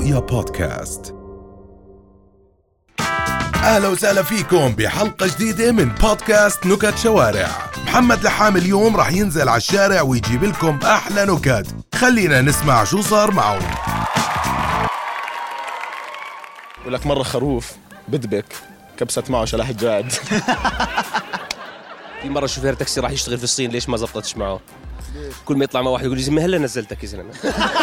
رؤيا بودكاست. أهلا وسهلا فيكم بحلقة جديدة من بودكاست نكت شوارع. محمد لحام اليوم رح ينزل على الشارع ويجيب لكم أحلى نكت. خلينا نسمع شو صار معه. ولك مرة خروف بدبك كبست معه شلح الجاد. في مرة شوفير تاكسي راح يشتغل في الصين، ليش ما زبطتش معه؟ كل ما يطلع مع واحد يقول لي هلا نزلتك يا زلمة.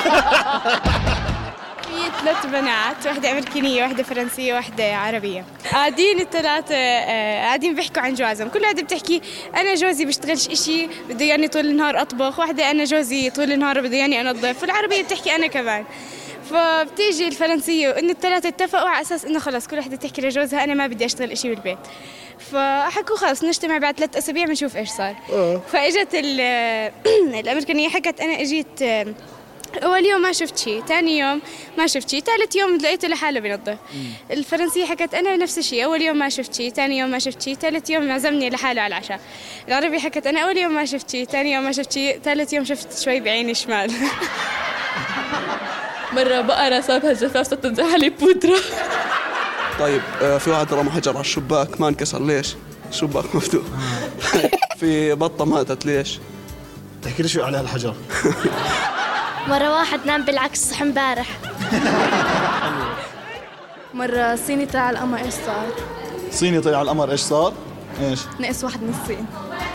في 3 بنات، واحدة أمريكية واحدة فرنسية واحدة عربية. قاعدين الثلاثة قاعدين بيحكوا عن جوازهم. كل واحدة بتحكي أنا جوزي بيشتغلش إشي بده يعني طول النهار أطبخ، واحدة أنا جوزي طول النهار بده يعني أنظف، والعربية بتحكي أنا كمان. فبتيجي الفرنسية وإن الثلاثة اتفقوا على أساس إنه خلاص كل واحدة تحكي لجوزها أنا ما بدي أشتغل إشي بالبيت. فحكوا خلاص نجتمع بعد 3 أسابيع بنشوف إيش صار. فإجت الأمريكانية حكت أنا إجيت أول يوم ما شفت شيء، ثاني يوم ما شفت شيء، ثالث يوم لقيته لحاله بينظف. الفرنسية حكت أنا نفس الشيء، أول يوم ما شفت شيء، ثاني يوم ما شفت شيء، ثالث يوم عزمني لحاله على العشاء. العربي حكت أنا أول يوم ما شفت شيء، ثاني يوم ما شفت شيء، ثالث يوم شفت شوي بعيني الشمال. مرة بقرة سابها الجفاف صرت تنزح عليه بودرة. طيب في واحد رمى حجر على الشباك ما انكسر، ليش؟ الشباك مفتوح. في بطة ماتت، ليش؟ تحكي لي شو عليها الحجر. مرة واحد نام بالعكس صح امبارح. مرة صيني طلع على القمر، ايش صار؟ صيني طلع على القمر، ايش صار؟ ايش؟ نقص واحد من الصين.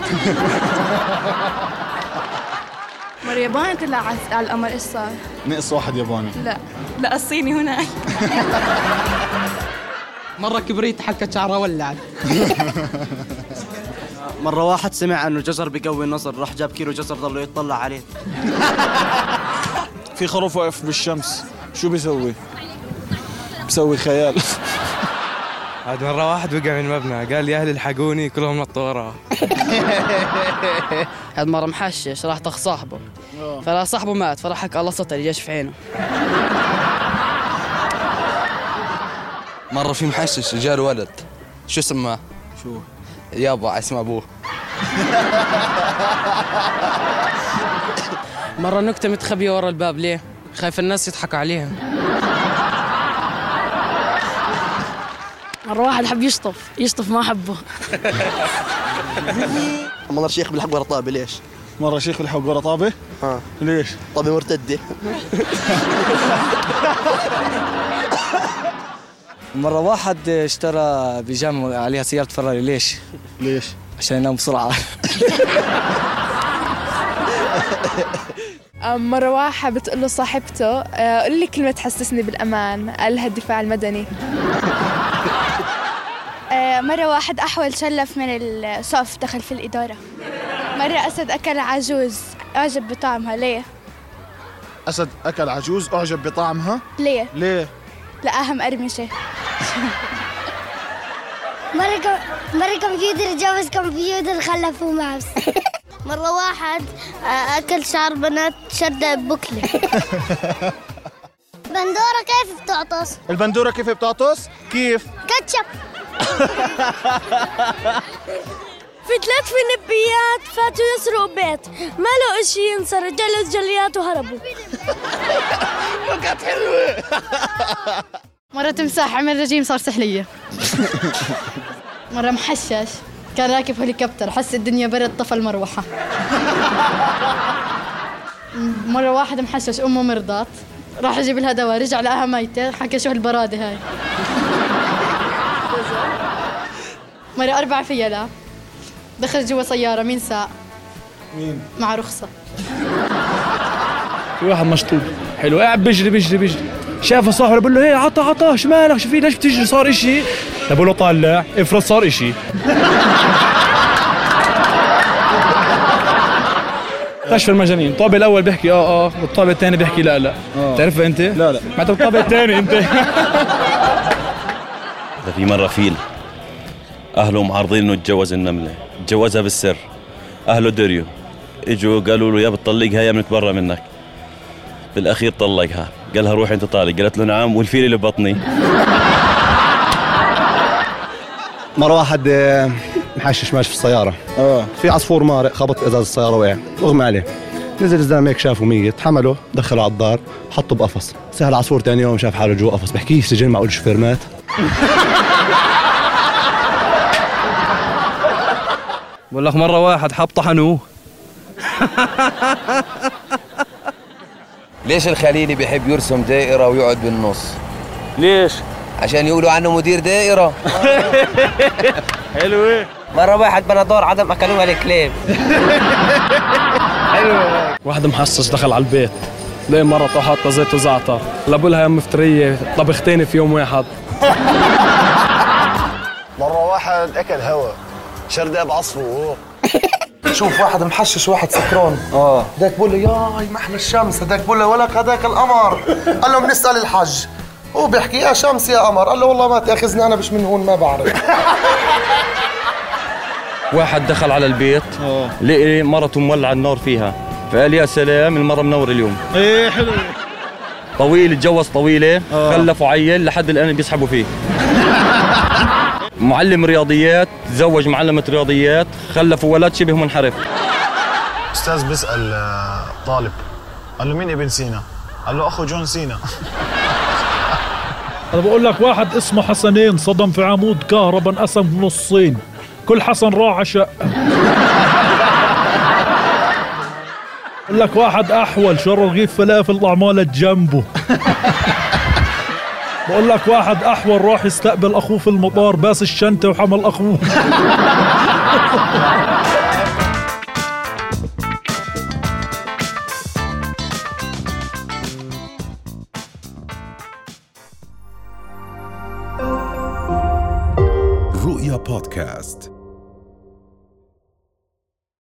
مرة ياباني طلع على القمر، ايش صار؟ نقص واحد ياباني. لا الصيني هناك. مرة كبريت حكت شعره ولعت. مرة واحد سمع انه جزر بيقوي النظر، راح جاب كيلو جزر ضلوا يطلع عليه. في خروف واقف بالشمس، شو بيسوي؟ بيسوي خيال. هاد مرة واحد وقع من مبنى، قال يا أهل الحقوني كلهم نطوا وراه. هاد مرة محشش راح طخ صاحبه، فلا صاحبه مات فراح حكى الله سطر يجيش في عينه. مرة في محشش جاله ولد، شو سماه؟ شو؟ يابا اسم أبوه. مرة نكتة متخبية ورا الباب، ليه؟ خايف الناس يضحكوا عليها. مرة واحد حب يشطف ما حبه. مرة شيخ بالحق ورا طابة، ليش؟ مرة شيخ بالحق ورا طابة؟ ليش؟ طابة مرتدة. مرة واحد اشترى بيجامة عليها سيارة فراري، ليش؟ عشان ينام بسرعة. مرة واحد بتقول له صاحبته قل لي كلمة تحسسني بالأمان، قال لها الدفاع المدني. مرة واحد أحول شلف من الصف دخل في الإدارة. مرة أسد أكل عجوز أعجب بطعمها، ليه؟ أسد أكل عجوز أعجب بطعمها؟ ليه؟ لقاها مقرمشة. مرة كمبيوتر جوز كمبيوتر خلفوه ماوس. مرة واحد أكل شعر بنات شدة ببكلة. بندورة كيف بتعطس؟ البندورة كيف بتعطس؟ كيف؟ كاتشب. في 3 فيلبيات فاتوا يسرقوا بيت، ما لقوا إشي ينسى، رجعوا الجليات وهربوا. كانت حلوة. مرة تمساح عمل رجيم صار سحلية. مرة محشش كان راكب هليكوبتر، حس الدنيا برد طفى المروحة. مرة واحد محشش أمه مرضات، راح يجيب لها دواء، رجع لقاها ميتة، حكى شو هالبرادة هاي. مرة 4 فيلا دخل جوا سيارة، مين ساق؟ مين؟ مع رخصة. في واحد مشطوب حلو قاعد بيجري شافه صاحبه بقول له هي عطا شو مالك شو في ليش بتجري صار إشي؟ بقول له طالع افرض صار إشي. كشف المجانين، الطابة الأول بيحكي والطابة الثاني بيحكي لا. تعرفها أنت؟ لا ما أنت الطابة الثاني أنت. في مرة فيل أهله معارضين إنه يتجوز النملة، تجوزها بالسر، أهله دريوا، إجوا قالوا له يا بتطلقها يا بنتبرى منك. بالأخير طلقها، قالها روح أنت طالق، قالت له نعم والفيل اللي ببطني. مرة واحد محشش ماشي في السيارة، في عصفور مارق خبط ازاز السيارة وقع، اغمى عليه، نزل الزلمه هيك شافه ميت، حمله دخله على الدار، حطه بقفص. سهل عصفور ثاني يوم شاف حاله جوا قفص، بحكيه سجن معقول الشوفير مات؟ بقول لك مره واحد حب طحنوه. ليش الخليلي بيحب يرسم دائره ويقعد بالنص؟ ليش؟ عشان يقولوا عنه مدير دائره. حلوه. مره واحد بندور عدم اكلوها الكلاب. حلوه. واحد محصص دخل على البيت، لقى مرته حاطه زيت وزعتر، لابولها يا مفتريه طبختين في يوم واحد. مره واحد اكل هوا شردة بعصفه. شوف واحد محشش واحد سكران، هداك بقول له ياي محلى الشمس، هداك بقول له ولك هداك القمر، قال له بنسال الحج، هو بيحكي يا شمس يا قمر، قال له والله ما تاخذني انا مش من هون ما بعرف. واحد دخل على البيت لقي مرته مولعه النار فيها، فقال يا سلام المره منور اليوم. ايه حلو. طويل اتجوز طويله، خلفوا عيل لحد الان بيسحبوا فيه. معلم رياضيات تزوج معلمة رياضيات، خلفوا ولد شبه منحرف. استاذ بيسأل طالب، قال له مين ابن سينا؟ قال له اخو جون سينا. انا بقول لك واحد اسمه حسنين صدم في عمود كهرباء انقسم نصين، كل حسن راح شقه. بقول لك واحد احول شر رغيف فلافل طعماله جنبه. بقول لك واحد احول راح يستقبل اخوه في المطار، باس الشنطه وحمل اخوه. رؤيا بودكاست.